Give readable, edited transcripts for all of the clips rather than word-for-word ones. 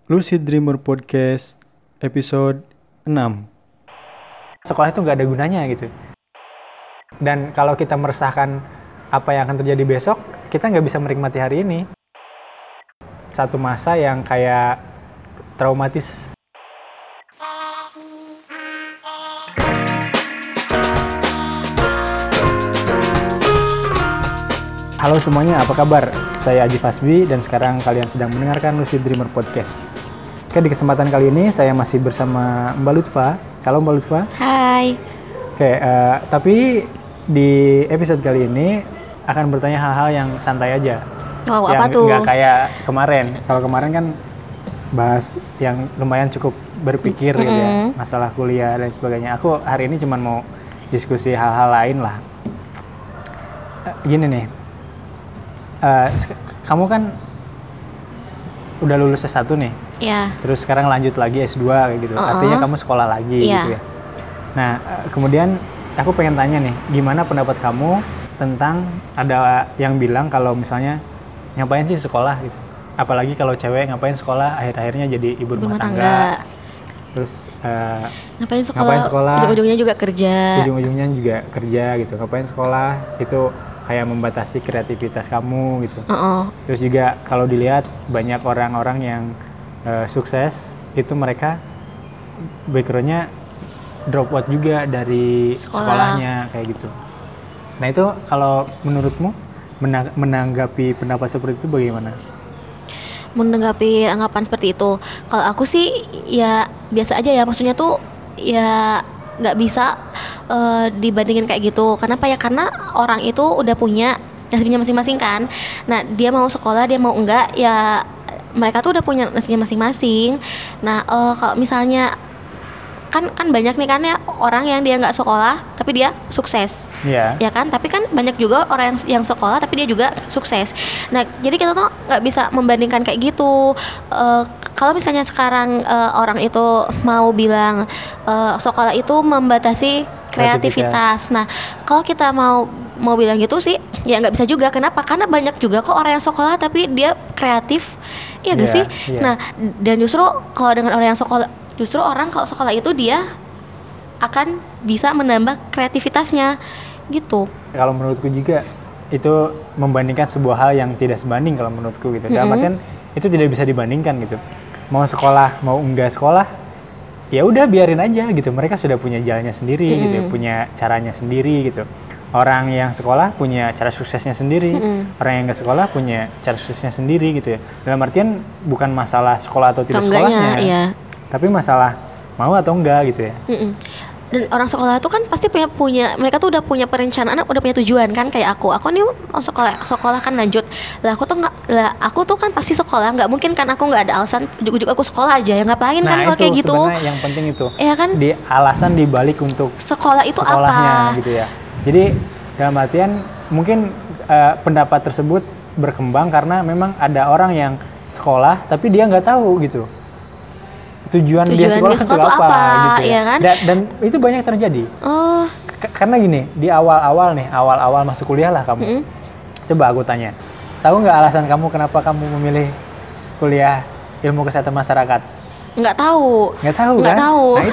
Lucid Dreamer Podcast episode 6. Sekolah itu nggak ada gunanya gitu. Dan kalau kita meresahkan apa yang akan terjadi besok, kita nggak bisa menikmati hari ini. Satu masa yang kayak traumatis. Halo semuanya, apa kabar? Saya Aji Fasbi dan sekarang kalian sedang mendengarkan Lucid Dreamer Podcast. Oke, di kesempatan kali ini saya masih bersama Mbak Lutfa. Halo Mbak Lutfa. Hai. Oke, tapi di episode kali ini akan bertanya hal-hal yang santai aja. Wow, yang apa tuh? Nggak kayak kemarin. Kalau kemarin kan bahas yang lumayan cukup berpikir gitu ya, masalah kuliah dan sebagainya. Aku hari ini cuma mau diskusi hal-hal lain lah. Gini nih, kamu kan udah lulus S1 nih, Ya. terus sekarang lanjut lagi S2 kayak gitu. Artinya kamu sekolah lagi gitu ya. Nah, kemudian aku pengen tanya nih, gimana pendapat kamu tentang ada yang bilang kalau misalnya ngapain sih sekolah gitu? Apalagi kalau cewek ngapain sekolah, akhir-akhirnya jadi ibu rumah tangga. Terus Ngapain sekolah? Ujung-ujungnya juga kerja. Ujung-ujungnya juga kerja gitu. Ngapain sekolah? Itu kayak membatasi kreativitas kamu gitu. Terus juga kalau dilihat banyak orang-orang yang sukses itu mereka backgroundnya drop out juga dari sekolahnya kayak gitu. Nah itu kalau menurutmu menanggapi pendapat seperti itu bagaimana? Menanggapi anggapan seperti itu, kalau aku sih ya biasa aja ya. Maksudnya tuh ya nggak bisa dibandingin kayak gitu. Kenapa ya? Karena orang itu udah punya nasibnya masing-masing kan. Nah dia mau sekolah, dia mau enggak, ya mereka tuh udah punya nasibnya masing-masing. Nah kalau misalnya kan banyak nih kan ya orang yang dia nggak sekolah tapi dia sukses, ya kan? Tapi kan banyak juga orang yang sekolah tapi dia juga sukses. Nah jadi kita tuh nggak bisa membandingkan kayak gitu. Kalau misalnya sekarang orang itu mau bilang sekolah itu membatasi kreativitas. Nah kalau kita mau bilang gitu sih ya nggak bisa juga. Kenapa? Karena banyak juga kok orang yang sekolah tapi dia kreatif, iya gak sih? Nah dan justru kalau dengan orang yang sekolah, justru orang kalau sekolah itu dia akan bisa menambah kreativitasnya gitu. Kalau menurutku juga itu membandingkan sebuah hal yang tidak sebanding kalau menurutku gitu. Dalam artian itu tidak bisa dibandingkan gitu. Mau sekolah mau enggak sekolah, ya udah biarin aja gitu. Mereka sudah punya jalannya sendiri gitu, punya caranya sendiri gitu. Orang yang sekolah punya cara suksesnya sendiri, orang yang nggak sekolah punya cara suksesnya sendiri gitu ya. Dalam artian bukan masalah sekolah atau tidak sekolahnya, iya. Tapi masalah mau atau enggak gitu ya. Dan orang sekolah tuh kan pasti punya mereka tuh udah punya perencanaan, udah punya tujuan kan. Kayak aku nih mau sekolah kan lanjut. Aku tuh kan pasti sekolah, nggak mungkin kan aku nggak ada alasan ujuk-ujuk aku sekolah aja ya, ngapain kan kalau kayak gitu. Nah itu sebenarnya yang penting itu, ya kan? Di alasan dibalik untuk sekolah itu sekolahnya apa gitu ya. Jadi dalam artian mungkin pendapat tersebut berkembang karena memang ada orang yang sekolah tapi dia nggak tahu gitu tujuan dia sekolah itu apa gitu ya. Kan? Dan itu banyak terjadi. Karena gini, di awal masuk kuliah lah kamu. Coba aku tanya, tahu nggak alasan kamu kenapa kamu memilih kuliah ilmu kesehatan masyarakat? Nggak tahu kan? Nah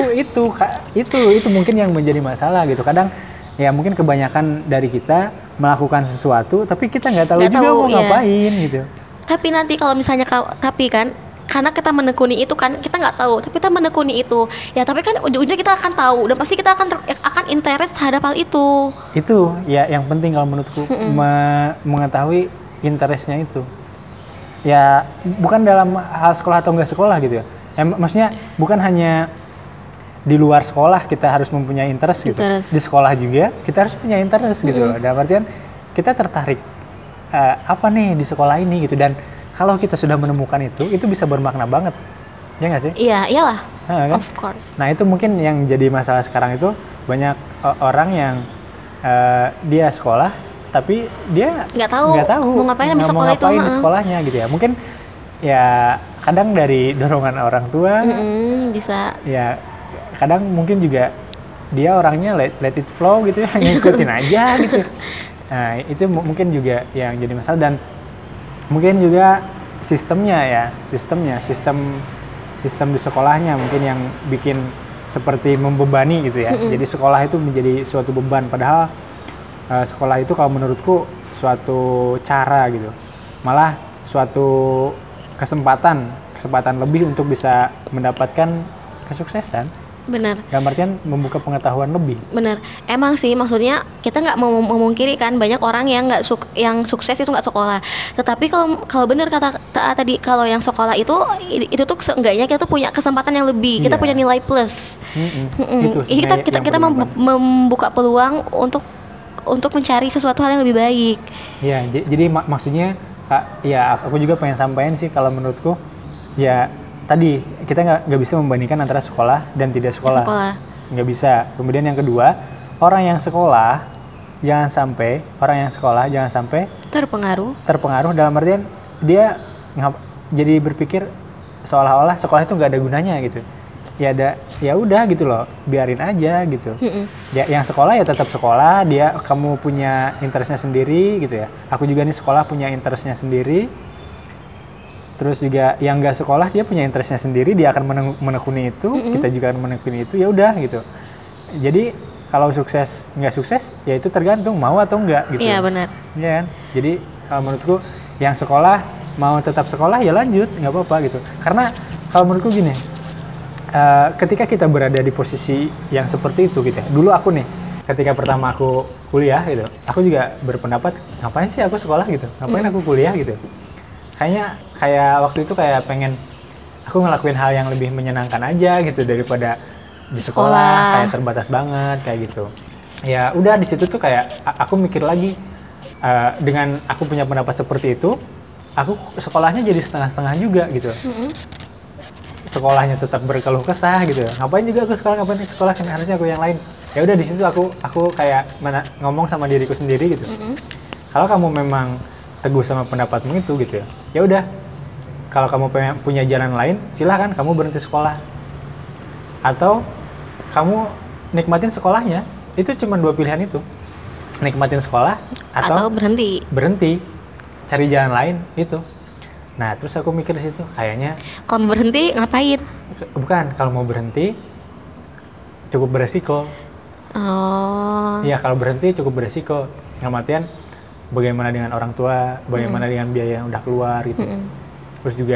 itu mungkin yang menjadi masalah gitu. Kadang ya mungkin kebanyakan dari kita melakukan sesuatu tapi kita nggak tahu mau ngapain gitu. Tapi nanti kalau misalnya karena kita menekuni itu kan, kita nggak tahu tapi kita menekuni itu ya, tapi kan ujung-ujungnya kita akan tahu dan pasti kita akan interest terhadap hal itu ya yang penting kalau menurutku mengetahui interestnya itu ya, bukan dalam hal sekolah atau enggak sekolah gitu ya. Maksudnya bukan hanya di luar sekolah kita harus mempunyai interest gitu, di sekolah juga kita harus punya interest gitu loh. Dalam artian kita tertarik apa nih di sekolah ini gitu, dan kalau kita sudah menemukan itu bisa bermakna banget, ya nggak sih? Iya, iyalah, kan? Of course. Nah itu mungkin yang jadi masalah sekarang itu banyak orang yang dia sekolah tapi dia nggak tahu mau ngapain di sekolahnya gitu ya. Mungkin ya kadang dari dorongan orang tua bisa. Ya kadang mungkin juga dia orangnya let it flow gitu ya, ngikutin aja gitu. Nah itu mungkin juga yang jadi masalah. Dan mungkin juga sistem di sekolahnya mungkin yang bikin seperti membebani gitu ya. Jadi sekolah itu menjadi suatu beban, padahal sekolah itu kalau menurutku suatu cara gitu, malah suatu kesempatan lebih untuk bisa mendapatkan kesuksesan. Benar. Dalam artian membuka pengetahuan lebih. Benar. Emang sih, maksudnya kita nggak mau memungkiri kan banyak orang yang yang sukses itu nggak sekolah. Tetapi kalau benar kata tadi, kalau yang sekolah itu tuh seenggaknya kita tuh punya kesempatan yang lebih. Kita punya nilai plus. Kita membuka peluang untuk mencari sesuatu hal yang lebih baik. Ya, jadi maksudnya Kak, ya aku juga pengen sampaikan sih kalau menurutku ya tadi kita nggak bisa membandingkan antara sekolah dan tidak sekolah. Nggak bisa. Kemudian yang kedua, orang yang sekolah jangan sampai terpengaruh dalam artian dia jadi berpikir seolah-olah sekolah itu nggak ada gunanya gitu. Ya udah gitu loh, biarin aja gitu. Ya, yang sekolah ya tetap sekolah, kamu punya interestnya sendiri gitu ya. Aku juga nih sekolah punya interestnya sendiri. Terus juga yang nggak sekolah dia punya interestnya sendiri, dia akan menekuni itu, kita juga akan menekuni itu, ya udah gitu. Jadi kalau sukses nggak sukses ya itu tergantung mau atau enggak gitu. Iya benar. Iya kan? Jadi kalau menurutku yang sekolah mau tetap sekolah ya lanjut, nggak apa-apa gitu. Karena kalau menurutku gini, ketika kita berada di posisi yang seperti itu gitu ya. Dulu aku nih ketika pertama aku kuliah gitu, aku juga berpendapat ngapain sih aku sekolah gitu, ngapain aku kuliah gitu. Kayak waktu itu kayak pengen aku ngelakuin hal yang lebih menyenangkan aja gitu daripada di sekolah kayak terbatas banget kayak gitu. Ya udah di situ tuh kayak aku mikir lagi, dengan aku punya pendapat seperti itu, aku sekolahnya jadi setengah-setengah juga gitu. Sekolahnya tetap berkeluh kesah gitu. Ngapain aku sekolah kan harusnya aku yang lain. Ya udah di situ aku kayak ngomong sama diriku sendiri gitu. Kalau kamu memang teguh sama pendapatmu itu gitu ya udah, kalau kamu punya jalan lain silahkan kamu berhenti sekolah atau kamu nikmatin sekolahnya. Itu cuma dua pilihan itu, nikmatin sekolah atau berhenti cari jalan lain itu. Nah terus aku mikir di situ kayaknya kalau mau berhenti ngapain? Bukan, kalau mau berhenti cukup beresiko. Iya, kalau berhenti cukup beresiko. Ngamatian bagaimana dengan orang tua, bagaimana dengan biaya yang udah keluar gitu. Terus juga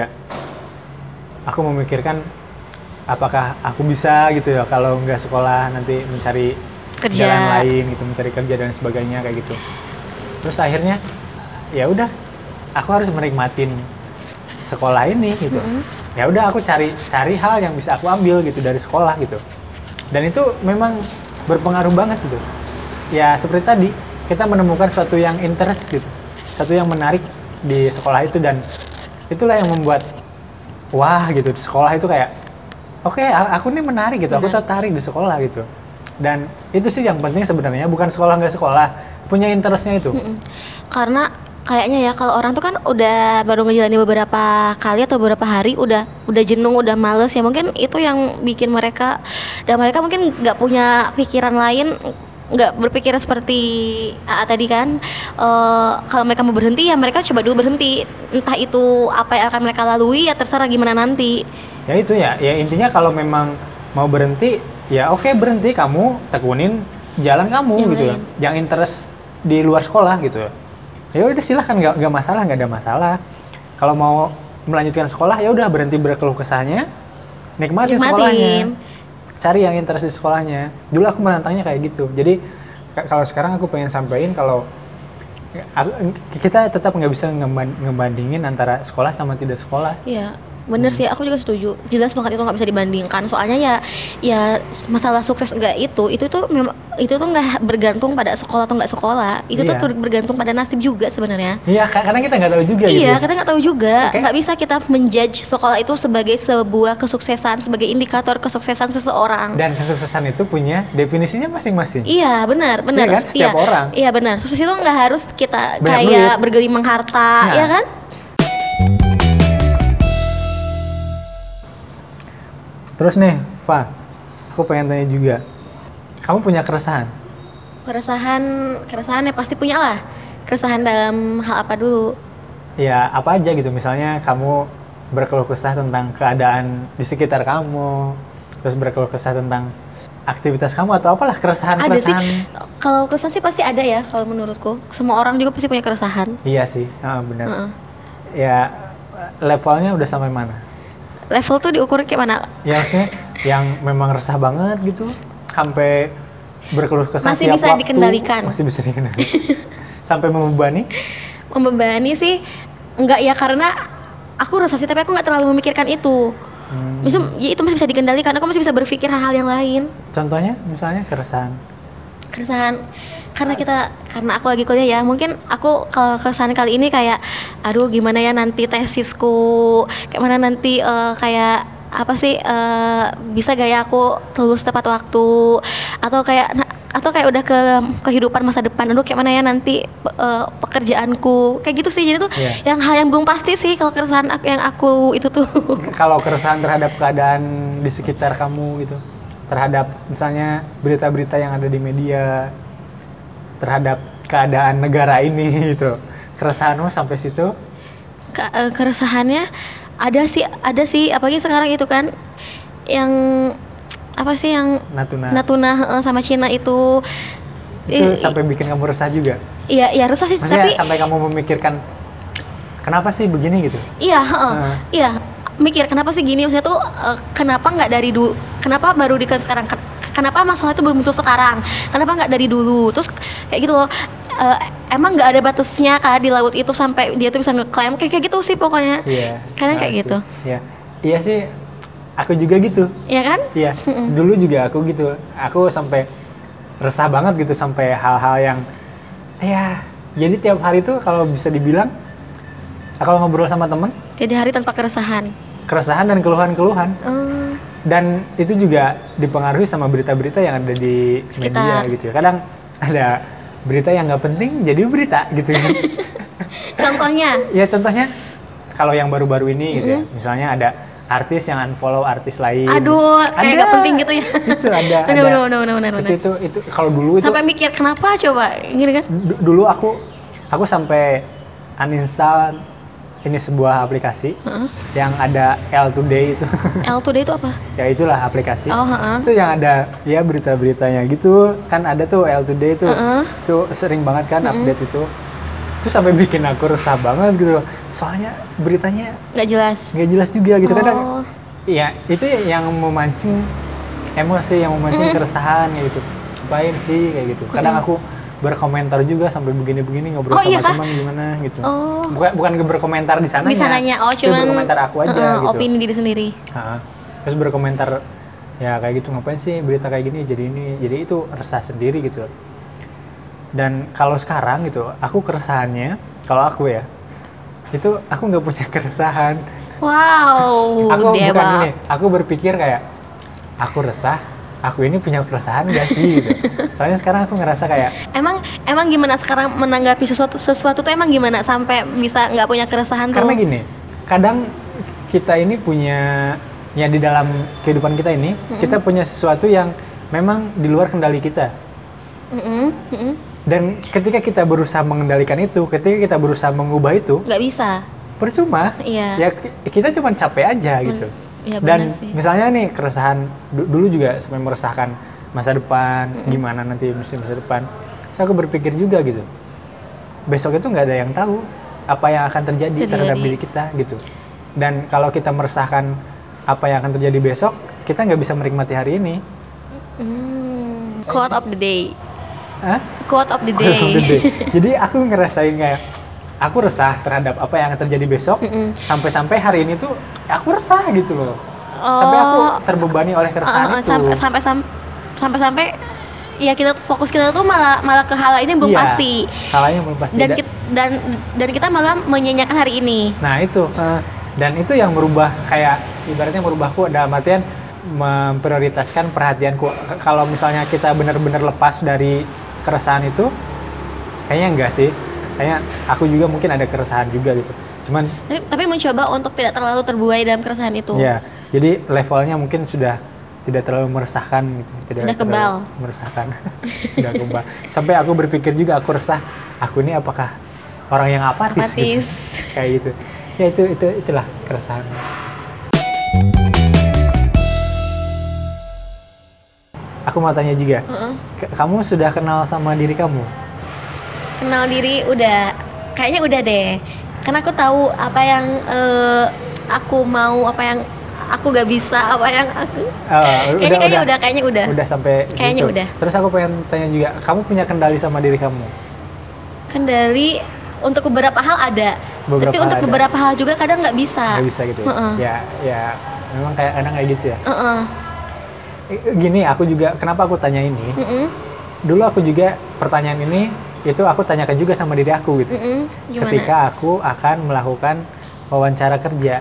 aku memikirkan apakah aku bisa gitu ya kalau nggak sekolah nanti mencari jalan lain gitu, mencari kerja dan sebagainya kayak gitu. Terus akhirnya ya udah, aku harus menikmatin sekolah ini gitu. Ya udah aku cari hal yang bisa aku ambil gitu dari sekolah gitu. Dan itu memang berpengaruh banget gitu. Ya seperti tadi, kita menemukan suatu yang interest gitu, satu yang menarik di sekolah itu, dan itulah yang membuat wah gitu, di sekolah itu kayak oke, aku nih menarik gitu, aku tertarik di sekolah gitu. Dan itu sih yang penting sebenarnya, bukan sekolah nggak sekolah, punya interestnya itu. Karena kayaknya ya kalau orang tuh kan udah baru ngejalanin beberapa kali atau beberapa hari udah jenuh, udah males ya, mungkin itu yang bikin mereka, dan mereka mungkin nggak punya pikiran lain, nggak berpikir seperti tadi kan, kalau mereka mau berhenti ya mereka coba dulu berhenti, entah itu apa yang akan mereka lalui ya terserah gimana nanti. Ya itu ya intinya kalau memang mau berhenti ya oke, berhenti, kamu tekunin jalan kamu yang gitu lain. Yang interest di luar sekolah gitu. Ya udah silahkan, nggak ada masalah. Kalau mau melanjutkan sekolah ya udah, berhenti berkeluh kesahnya, nikmatin sekolahnya. Cari yang interest di sekolahnya. Dulu aku menantangnya kayak gitu. Jadi kalau sekarang aku pengen sampaikan kalau kita tetap nggak bisa ngebandingin antara sekolah sama tidak sekolah. Iya, bener sih, aku juga setuju. Jelas banget itu nggak bisa dibandingkan. Soalnya ya masalah sukses nggak itu tuh nggak bergantung pada sekolah atau nggak sekolah. Itu tuh bergantung pada nasib juga sebenarnya. Iya, karena kita nggak tahu juga. Iya, kita nggak tahu juga. Nggak bisa kita menjudge sekolah itu sebagai sebuah kesuksesan, sebagai indikator kesuksesan seseorang. Dan kesuksesan itu punya definisinya masing-masing. Iya, benar. Iya kan? Setiap orang. Iya benar. Sukses itu nggak harus kita kayak bergelimang harta, ya kan? Terus nih, Fa, aku pengen tanya juga, kamu punya keresahan? Keresahan ya pasti punya lah. Keresahan dalam hal apa dulu? ya apa aja gitu, misalnya kamu berkeluh kesah tentang keadaan di sekitar kamu, terus berkeluh kesah tentang aktivitas kamu atau apalah keresahan. Ada sih, kalau keresahan sih pasti ada ya, kalau menurutku semua orang juga pasti punya keresahan. Iya sih, benar. Ya levelnya udah sampai mana? Level tuh diukur kayak mana? Ya maksudnya yang memang resah banget gitu sampai berkeluh kesah Masih tiap bisa waktu, dikendalikan. masih bisa dikendalikan. Sampai membebani? Membebani sih enggak ya, karena aku resah sih tapi aku nggak terlalu memikirkan itu. Misal ya itu masih bisa dikendalikan, aku masih bisa berpikir hal-hal yang lain. Contohnya misalnya keresahan karena aku lagi kuliah ya, mungkin aku kalau keresahan kali ini kayak aduh gimana ya nanti tesisku, kayak mana nanti kayak apa sih bisa gak ya aku lulus tepat waktu, atau kayak udah ke kehidupan masa depan, aduh kayak mana ya nanti pekerjaanku, kayak gitu sih. Jadi tuh yang hal yang belum pasti sih kalau keresahan yang aku itu tuh. Kalau keresahan terhadap keadaan di sekitar kamu gitu, terhadap misalnya berita-berita yang ada di media, terhadap keadaan negara ini gitu, keresahanmu sampai situ? Keresahannya ada sih apalagi sekarang itu kan yang apa sih yang Natuna sama Cina itu sampai bikin kamu resah juga? Iya resah sih. Maksudnya tapi sampai kamu memikirkan kenapa sih begini gitu? Iya mikir kenapa sih gini, maksudnya tuh kenapa nggak dari dulu, kenapa baru sekarang, kenapa masalah itu belum muncul sekarang, kenapa nggak dari dulu, terus kayak gitu loh. Emang nggak ada batasnya kan di laut itu sampai dia tuh bisa ngeklaim kayak gitu sih pokoknya. Karena kayak gitu. Iya sih, aku juga gitu. Iya kan? Iya. Dulu juga aku gitu. Aku sampai resah banget gitu sampai hal-hal yang jadi tiap hari tuh kalau bisa dibilang kalau ngobrol sama temen, jadi hari tanpa keresahan dan keluhan-keluhan. Dan itu juga dipengaruhi sama berita-berita yang ada di media gitu ya. Kadang ada berita yang nggak penting jadi berita gitu ya. Contohnya? Ya contohnya kalau yang baru-baru ini gitu ya, misalnya ada artis yang unfollow artis lain. Aduh, kayak nggak penting gitu ya. Itu ada. Benar. Itu kalau dulu sampai mikir kenapa coba gini kan? Dulu aku sampai uninstall ini sebuah aplikasi yang ada L Today itu. L Today itu apa? Ya itulah aplikasi. Itu yang ada ya berita-beritanya gitu kan, ada tuh L Today itu. Itu sering banget kan update itu. Itu sampai bikin aku resah banget gitu. Soalnya beritanya nggak jelas juga gitu. Kadang ya itu yang memancing emosi, yang memancing keresahan gitu. Ngapain sih kayak gitu. Kadang aku berkomentar juga sampai begini-begini, ngobrol sama teman gimana gitu. Bukan berkomentar di sananya. Cuman berkomentar aku aja gitu. Opini diri sendiri. Terus berkomentar ya kayak gitu, ngapain sih berita kayak gini jadi ini. Jadi itu resah sendiri gitu. Dan kalau sekarang gitu, aku keresahannya, kalau aku ya, itu aku nggak punya keresahan. Wow, aku berpikir kayak aku resah, aku ini punya keresahan gak sih gitu. Soalnya sekarang aku ngerasa kayak emang gimana sekarang menanggapi sesuatu tuh, emang gimana sampai bisa nggak punya keresahan tuh? Karena gini, kadang kita ini punya ya di dalam kehidupan kita ini kita punya sesuatu yang memang di luar kendali kita. Dan ketika kita berusaha mengendalikan itu, ketika kita berusaha mengubah itu, nggak bisa. Percuma. Ya kita cuma capek aja gitu. Ya, dan misalnya nih keresahan dulu juga sampai meresahkan masa depan, gimana nanti masa depan. Terus aku berpikir juga gitu, besok itu nggak ada yang tahu apa yang akan terjadi terhadap diri kita gitu. Dan kalau kita meresahkan apa yang akan terjadi besok, kita nggak bisa menikmati hari ini. Quote of the day. Quote of the day. Jadi aku ngerasain kayak aku resah terhadap apa yang akan terjadi besok, sampai-sampai hari ini tuh aku resah gitu loh. Sampai aku terbebani oleh keresahan itu. Sampai ya fokus kita tuh malah ke hal ini belum pasti. Halnya belum pasti. Dan kita malah menyanyiakan hari ini. Nah itu, dan itu yang merubah, kayak ibaratnya merubahku dalam artian memprioritaskan perhatianku. Kalau misalnya kita benar-benar lepas dari keresahan itu, kayaknya enggak sih. Kayaknya aku juga mungkin ada keresahan juga gitu. Cuman tapi mencoba untuk tidak terlalu terbuai dalam keresahan itu. Ya, jadi levelnya mungkin sudah tidak terlalu meresahkan gitu. Udah kebal. Meresahkan. Udah kebal. Sampai aku berpikir juga, aku resah, aku ini apakah orang yang apatis. Apatis. Gitu. Kayak gitu. Ya itulah keresahan. Aku mau tanya juga. Kamu sudah kenal sama diri kamu? Kenal diri udah, kayaknya udah deh. Karena aku tahu apa yang aku mau, apa yang aku gak bisa, apa yang aku kayaknya udah. Udah sampai kayaknya gitu. udah. Terus aku pengen tanya juga, kamu punya kendali sama diri kamu? Kendali untuk beberapa hal ada, tapi untuk beberapa hal juga kadang nggak bisa. Nggak bisa gitu ya? Ya memang kadang kayak gitu ya. Gini, aku juga kenapa aku tanya ini? Dulu aku juga pertanyaan ini itu aku tanyakan juga sama diri aku gitu. Gimana? Ketika aku akan melakukan wawancara kerja.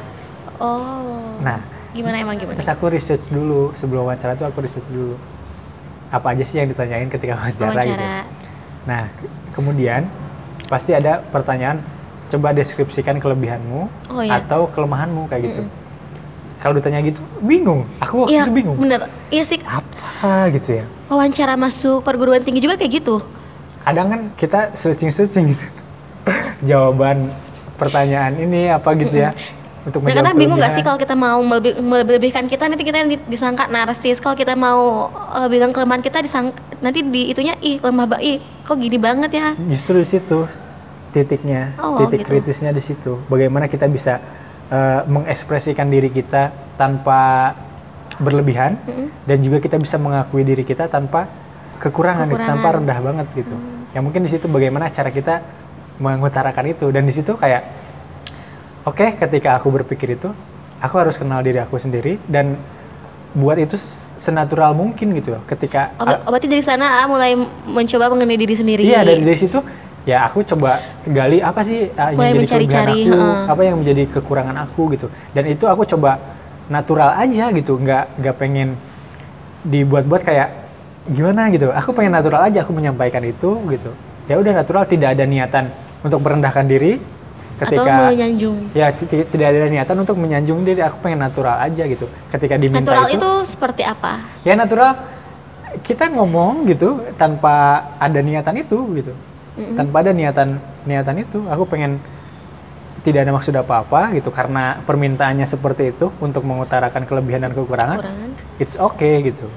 Oh. Nah, gimana? Terus aku research dulu, sebelum wawancara itu aku research dulu. Apa aja sih yang ditanyain ketika wawancara gitu. Nah, kemudian pasti ada pertanyaan, coba deskripsikan kelebihanmu atau kelemahanmu kayak gitu. Kalau ditanya gitu, bingung. Aku waktu itu bingung. Bener, iya sih. Apa gitu ya? Wawancara masuk perguruan tinggi juga kayak gitu. Kadang kan kita searching gitu. Jawaban pertanyaan ini apa gitu ya. Untuk karena bingung nggak sih kalau kita mau melebihkan kita, nanti kita disangka narsis. Kalau kita mau bilang kelemahan kita nanti di itunya lemah kok gini banget ya. Justru di situ titiknya, titik gitu. Kritisnya di situ. Bagaimana kita bisa mengekspresikan diri kita tanpa berlebihan dan juga kita bisa mengakui diri kita tanpa kekurangan. Gitu, tanpa rendah banget gitu. Ya mungkin di situ bagaimana cara kita mengutarakan itu, dan di situ kayak oke, ketika aku berpikir itu, aku harus kenal diri aku sendiri dan buat itu senatural mungkin gitu loh. Ketika berarti dari sana mulai mencoba mengenai diri sendiri. Iya, dari situ ya aku coba gali apa sih yang menjadi kelebihan aku, apa yang menjadi kekurangan aku gitu. Dan itu aku coba natural aja gitu, nggak pengen dibuat-buat kayak gimana gitu. Aku pengen natural aja aku menyampaikan itu gitu. Ya udah natural, tidak ada niatan untuk merendahkan diri. Ketika atau menyanjung. Ya tidak ada niatan untuk menyanjung diri, aku pengen natural aja gitu. Ketika diminta natural itu seperti apa? Ya natural kita ngomong gitu tanpa ada niatan itu gitu. Tanpa ada niatan itu, aku pengen tidak ada maksud apa-apa gitu, karena permintaannya seperti itu untuk mengutarakan kelebihan dan kekurangan. It's okay gitu.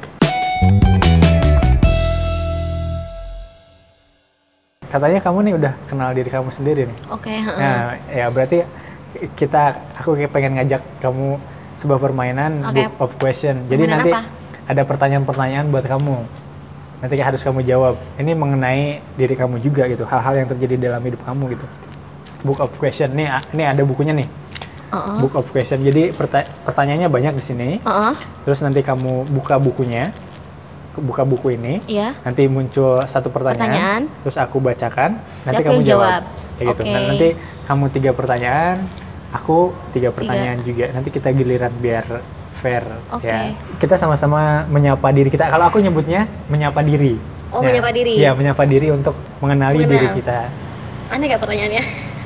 Katanya kamu nih udah kenal diri kamu sendiri nih. Oke. Nah, ya berarti aku pengen ngajak kamu sebuah permainan book of question. Jadi nanti ada pertanyaan-pertanyaan buat kamu. Nanti harus kamu jawab. Ini mengenai diri kamu juga gitu, hal-hal yang terjadi dalam hidup kamu gitu. Book of question nih, ini ada bukunya nih. Book of question. Jadi pertanyaannya banyak di sini. Terus nanti kamu buka bukunya. Buka buku ini, nanti muncul satu pertanyaan, terus aku bacakan, nanti kamu jawab. Kayak gitu. Nah, nanti kamu 3 pertanyaan, aku 3 pertanyaan juga. Nanti kita giliran biar fair. Ya. Kita sama-sama menyapa diri kita. Kalau aku nyebutnya menyapa diri. Oh, nah, menyapa diri. Iya, menyapa diri untuk mengenali diri kita. Aneh gak pertanyaannya?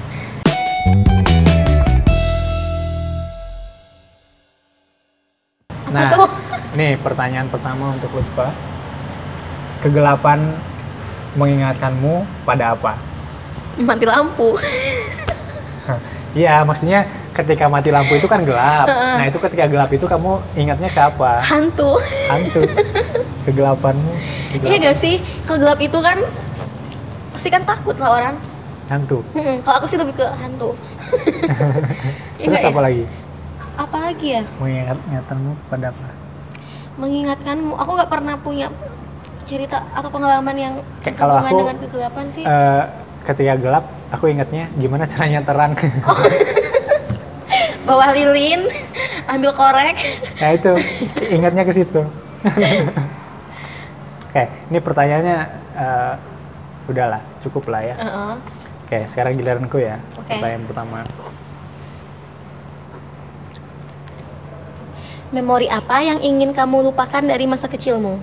Nah, nih pertanyaan pertama untuk Lutfa. Kegelapan mengingatkanmu pada apa? Mati lampu. Iya, maksudnya ketika mati lampu itu kan gelap. Nah, itu ketika gelap itu kamu ingatnya ke apa? Hantu. Kegelapanmu. Iya gak sih? Kalau gelap itu kan pasti kan takut lah orang. Hantu. Kalau aku sih lebih ke hantu. Terus apa lagi? Apa lagi ya? Mengingatkanmu pada apa? Mengingatkanmu. Aku nggak pernah punya cerita atau pengalaman yang berhubungan dengan kegelapan sih. Ketika gelap, aku ingatnya gimana caranya terang. Bawa lilin, ambil korek. Nah itu, ingatnya ke situ. Oke, ini pertanyaannya udahlah, cukup lah ya. Oke, sekarang giliranku ya. Pertanyaan pertama. Memori apa yang ingin kamu lupakan dari masa kecilmu?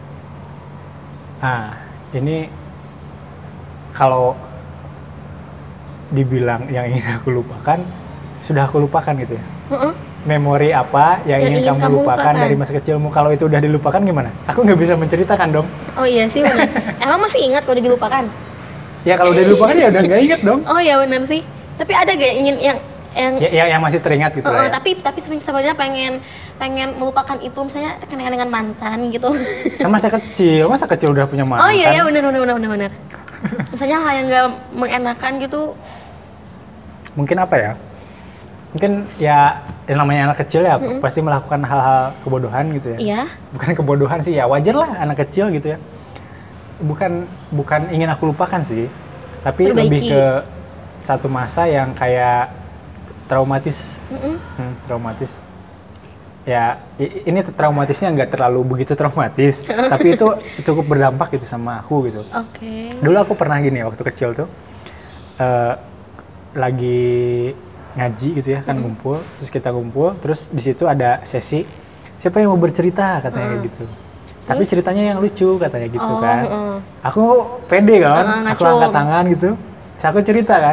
Ini kalau dibilang yang ingin aku lupakan, sudah aku lupakan gitu ya. Memori apa yang ingin kamu lupakan dari masa kecilmu? Kalau itu udah dilupakan gimana? Aku nggak bisa menceritakan dong. Oh iya sih benar. Emang masih ingat kalau dilupakan? Ya kalau udah dilupakan ya udah nggak inget dong. Oh ya benar sih. Tapi ada gak ingin yang Yang masih teringat gitu lah ya. tapi sebenarnya pengen melupakan itu, misalnya kenangan dengan mantan gitu. Kan masa kecil udah punya mantan. Oh iya benar. Misalnya hal yang nggak mengenakan gitu. Mungkin apa ya? Mungkin ya yang namanya anak kecil ya pasti melakukan hal-hal kebodohan gitu ya. Iya. Bukan kebodohan sih ya, wajar lah anak kecil gitu ya. Bukan ingin aku lupakan sih, tapi Perbaiki. lebih ke satu masa yang kayak traumatis. Traumatis. Ya, ini traumatisnya nggak terlalu begitu traumatis, tapi itu cukup berdampak gitu sama aku gitu. Oke. Dulu aku pernah gini waktu kecil tuh, lagi ngaji gitu ya kan, ngumpul, terus di situ ada sesi siapa yang mau bercerita katanya kayak gitu. Tapi ceritanya yang lucu katanya gitu kan. Aku pede kan, aku angkat tangan gitu, terus aku cerita kan.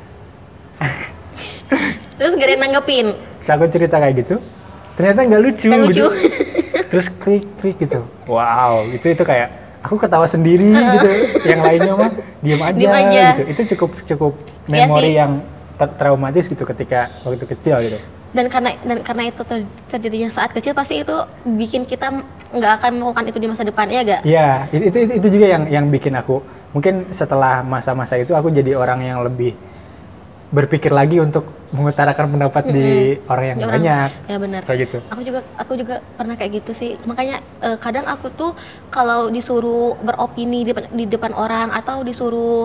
Terus gak ada yang nanggepin. Terus aku cerita kayak gitu, ternyata nggak lucu. Gitu. Terus klik gitu. Wow, itu kayak aku ketawa sendiri gitu. Yang lainnya mah diem aja. Gitu. Itu cukup memori yang traumatis gitu ketika waktu kecil gitu. Dan karena itu terjadinya saat kecil, pasti itu bikin kita nggak akan melakukan itu di masa depan, ya gak? Iya, itu juga yang bikin aku mungkin setelah masa-masa itu aku jadi orang yang lebih berpikir lagi untuk mengutarakan pendapat di orang yang banyak. Ya benar. Kayak gitu. Aku juga pernah kayak gitu sih. Makanya kadang aku tuh kalau disuruh beropini di depan orang, atau disuruh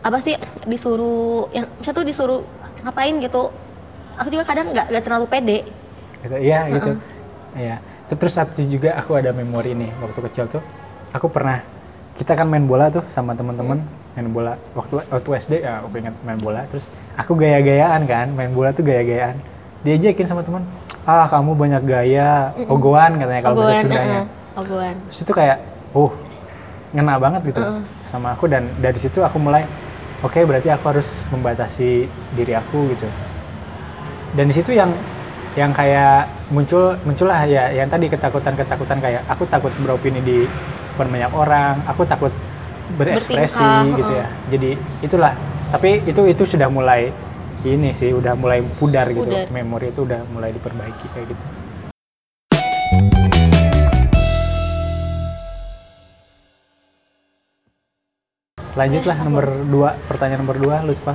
yang misalnya tuh disuruh ngapain gitu, aku juga kadang nggak terlalu pede. Gitu, iya gitu. Iya. Terus satu juga aku ada memori nih waktu kecil tuh. Kita kan main bola tuh sama teman-teman, main bola waktu SD ya, aku ingat main bola. Terus aku gaya-gayaan kan, main bola tuh gaya-gayaan. Diajakin sama teman, kamu banyak gaya, ogoan katanya kalau bahasa Sundanya. Ogoan. Terus itu kayak, ngena banget gitu sama aku, dan dari situ aku mulai, oke, berarti aku harus membatasi diri aku gitu. Dan di situ yang kayak muncullah ya yang tadi ketakutan kayak aku takut beropini di depan banyak orang, aku takut berekspresi gitu ya. Jadi itulah, tapi itu sudah mulai ini sih, udah mulai pudar gitu. Memori itu udah mulai diperbaiki kayak gitu. Lanjutlah pertanyaan nomor 2 Lutfa.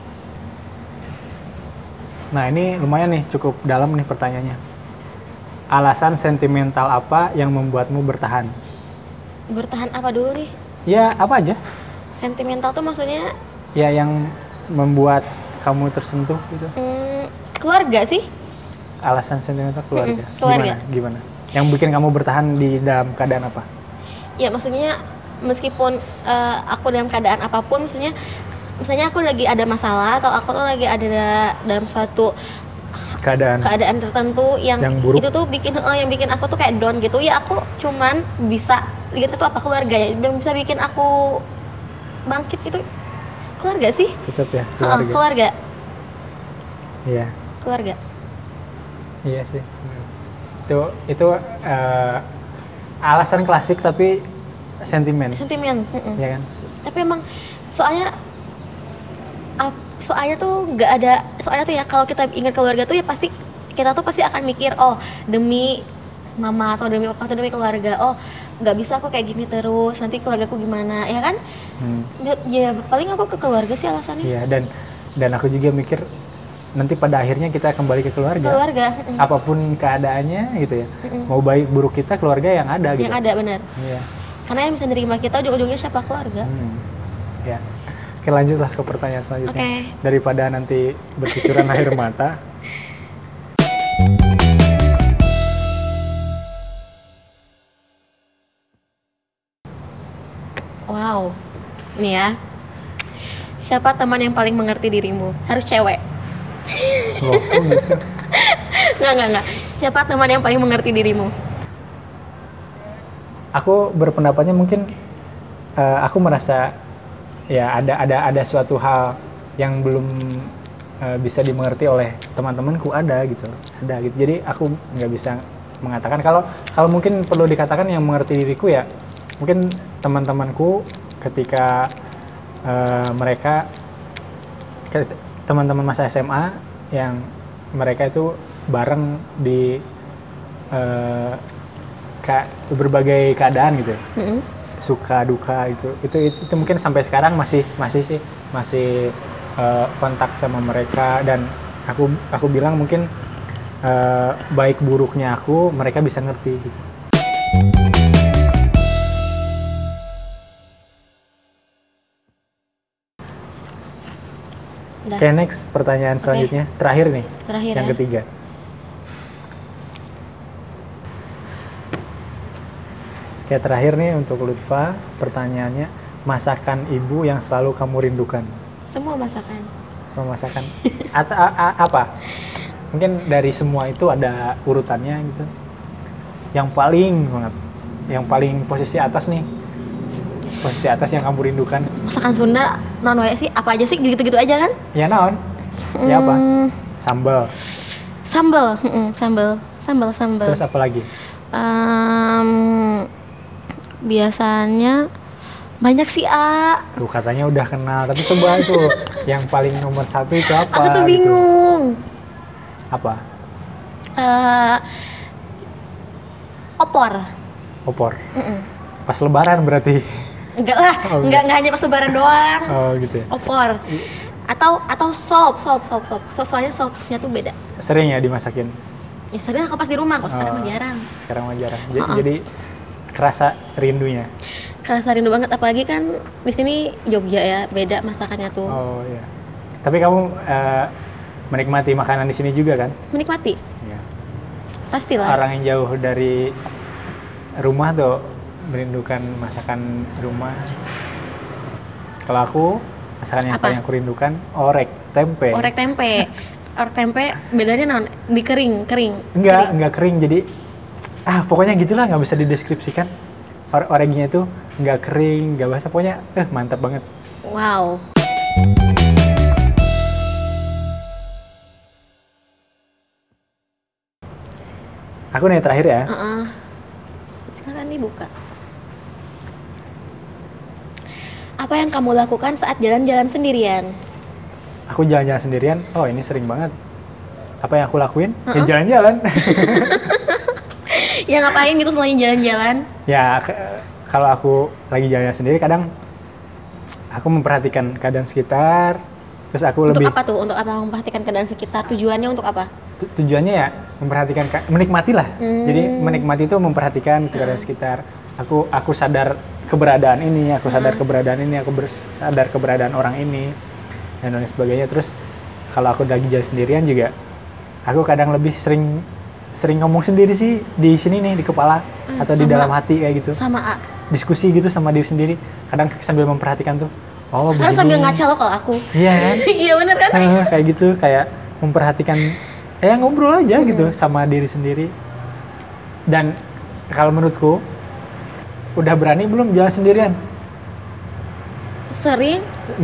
Nah, ini lumayan nih, cukup dalam nih pertanyaannya. Alasan sentimental apa yang membuatmu bertahan? Bertahan apa dulu nih? Ya, apa aja. Sentimental tuh maksudnya? Ya, yang membuat kamu tersentuh gitu. Keluarga sih. Alasan sentimental keluarga. Keluarga. Gimana? Yang bikin kamu bertahan di dalam keadaan apa? Ya, maksudnya meskipun aku dalam keadaan apapun, misalnya aku lagi ada masalah, atau aku tuh lagi ada dalam suatu keadaan tertentu yang buruk, itu tuh yang bikin aku tuh kayak down gitu ya, aku cuman bisa lihat itu apa, keluarga ya, yang bisa bikin aku bangkit itu keluarga sih. Tetap ya, keluarga. Iya. Keluarga. Iya sih. Itu alasan klasik tapi sentimen. Ya kan? Tapi emang soalnya tuh nggak ada, soalnya tuh ya kalau kita ingat keluarga tuh ya pasti kita tuh pasti akan mikir, demi mama atau demi papa atau demi keluarga, nggak bisa aku kayak gini terus, nanti keluargaku gimana, ya kan? Ya paling aku ke keluarga sih alasannya. Iya, dan aku juga mikir nanti pada akhirnya kita kembali ke keluarga. Apapun keadaannya gitu ya. Mau baik buruk kita, keluarga yang ada gitu. Yang ada, benar. Iya. Karena yang bisa nerima kita ujung-ujungnya siapa? Keluarga. Ya. Oke, lanjutlah ke pertanyaan selanjutnya. Okay. Daripada nanti bercucuran air mata. Wow. Nih ya. Siapa teman yang paling mengerti dirimu? Harus cewek. Loh, kok gitu? Nggak. Siapa teman yang paling mengerti dirimu? Aku berpendapatnya mungkin aku merasa ya ada suatu hal yang belum bisa dimengerti oleh teman-temanku, ada gitu. Jadi aku nggak bisa mengatakan, kalau mungkin perlu dikatakan yang mengerti diriku ya mungkin teman-temanku ketika mereka teman-teman masa SMA yang mereka itu bareng di berbagai keadaan gitu, suka duka itu mungkin sampai sekarang masih kontak sama mereka, dan aku bilang mungkin baik buruknya mereka bisa ngerti gitu. Oke, next pertanyaan selanjutnya. Terakhir nih. Yang ketiga. Oke, terakhir nih untuk Lutfa, pertanyaannya, masakan ibu yang selalu kamu rindukan? Semua masakan. Semua masakan. Apa? Mungkin dari semua itu ada urutannya gitu. Yang paling posisi atas nih. Posisi atas yang kamu rindukan. Masakan Sunda non wae sih, apa aja sih, gitu-gitu aja kan? Ya naon? Ya apa? Sambal. Sambal. Terus apa lagi? Biasanya banyak sih, Tuh katanya udah kenal, tapi coba tuh yang paling nomor satu itu apa? Aku tuh bingung. Gitu. Apa? Opor. Pas lebaran berarti? Enggak lah, enggak hanya pas lebaran doang. Oh gitu ya. Opor. Atau sop. Soalnya sopnya tuh beda. Sering ya dimasakin? Ya sering aku pas di rumah, kok sekarang mah jarang. Jadi kerasa rindunya. Kerasa rindu banget, apalagi kan di sini Jogja ya, beda masakannya tuh. Oh iya. Tapi kamu menikmati makanan di sini juga kan? Menikmati. Iya. Pastilah. Orang yang jauh dari rumah tuh merindukan masakan rumah. Kalau aku, masakan yang paling aku rindukan orek tempe. Orek tempe bedanya non kering. Enggak kering, jadi pokoknya gitulah, nggak bisa dideskripsikan. Oregnya itu nggak kering, nggak basah, pokoknya mantap banget. Wow. Aku nih terakhir ya. Silakan dibuka. Apa yang kamu lakukan saat jalan-jalan sendirian? Aku jalan-jalan sendirian. Oh, ini sering banget. Apa yang aku lakuin? Ya jalan-jalan. Ya ngapain gitu selain jalan-jalan? Ya kalau aku lagi jalan sendiri, kadang aku memperhatikan keadaan sekitar. Terus aku untuk lebih. Apa tuh? Untuk apa memperhatikan keadaan sekitar? Tujuannya untuk apa? Tujuannya ya memperhatikan, menikmati lah. Jadi menikmati itu memperhatikan keadaan sekitar. Aku sadar keberadaan ini, aku sadar keberadaan orang ini, dan lain sebagainya. Terus kalau aku lagi jalan sendirian juga, aku kadang lebih sering ngomong sendiri sih di sini nih, di kepala atau di dalam hati kayak gitu. Sama diskusi gitu sama diri sendiri. Kadang sambil memperhatikan tuh. Oh, begini. Sambil ngaca lo kalau aku. Iya kan? Iya bener kan? Kayak gitu, kayak memperhatikan, ngobrol aja gitu sama diri sendiri. Dan kalau menurutku, udah berani belum jalan sendirian? Sering?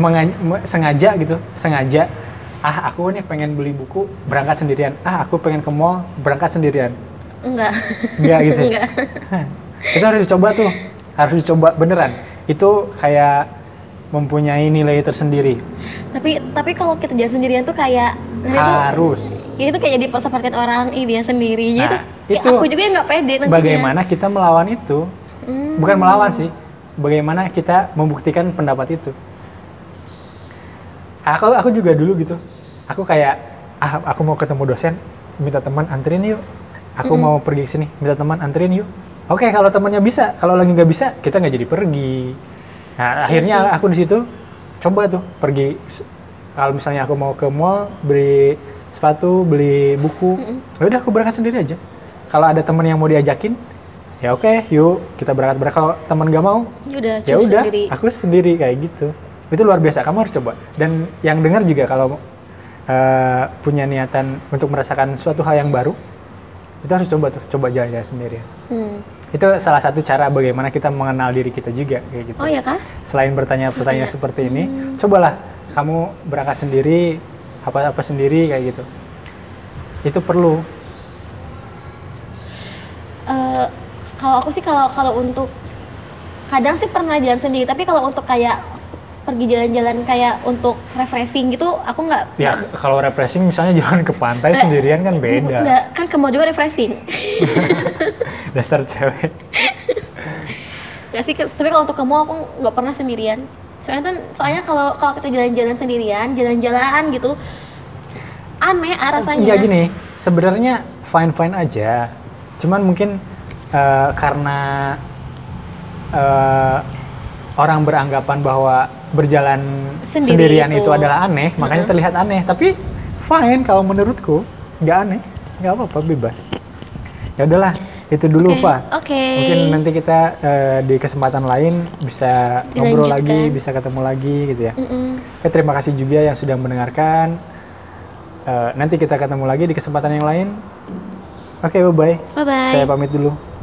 Sengaja. Aku nih pengen beli buku, berangkat sendirian. Aku pengen ke mall, berangkat sendirian. Enggak gitu. Enggak. Itu harus dicoba tuh. Harus dicoba beneran. Itu kayak mempunyai nilai tersendiri. Tapi kalau kita jalan sendirian tuh kayak harus. Itu kayak dipersepertikan orang dia sendiri. Jadi itu aku juga yang nggak pede nantinya. Bagaimana kita melawan itu? Bukan melawan sih. Bagaimana kita membuktikan pendapat itu? Aku juga dulu gitu. Aku kayak aku mau ketemu dosen, minta teman anterin yuk. Aku mau pergi ke sini, minta teman anterin yuk. Oke, kalau temannya bisa, kalau lagi nggak bisa, kita nggak jadi pergi. Nah, akhirnya aku di situ coba tuh pergi. Kalau misalnya aku mau ke mall, beli sepatu, beli buku, udah aku berangkat sendiri aja. Kalau ada teman yang mau diajakin, ya oke, yuk kita berangkat. Kalau teman nggak mau, ya udah, aku sendiri kayak gitu. Itu luar biasa, kamu harus coba. Dan yang dengar juga kalau punya niatan untuk merasakan suatu hal yang baru, itu harus coba jalan-jalan sendiri. Itu salah satu cara bagaimana kita mengenal diri kita juga kayak gitu. Oh ya kah? Selain bertanya-pertanyaan seperti ini, cobalah kamu berangkat sendiri, apa-apa sendiri kayak gitu. Itu perlu. Kalau aku sih kalau untuk kadang sih pernah jalan sendiri, tapi kalau untuk kayak pergi jalan-jalan kayak untuk refreshing gitu, aku nggak. Ya kalau refreshing misalnya jalan ke pantai sendirian kan beda. Enggak, kan ke mall juga refreshing. Dasar cewek. Gak sih, tapi kalau untuk ke mall aku nggak pernah sendirian. Soalnya kalau kita jalan-jalan sendirian, jalan-jalan gitu, aneh rasanya. Enggak gini, sebenarnya fine aja. Cuman mungkin karena orang beranggapan bahwa berjalan sendirian itu adalah aneh, makanya terlihat aneh. Tapi fine kalau menurutku, nggak aneh, nggak apa-apa, bebas. Ya udahlah, itu dulu Pak. Mungkin nanti kita di kesempatan lain bisa ngobrol lagi, bisa ketemu lagi gitu ya. Terima kasih juga yang sudah mendengarkan. Nanti kita ketemu lagi di kesempatan yang lain. Oke, bye-bye. Bye-bye. Saya pamit dulu.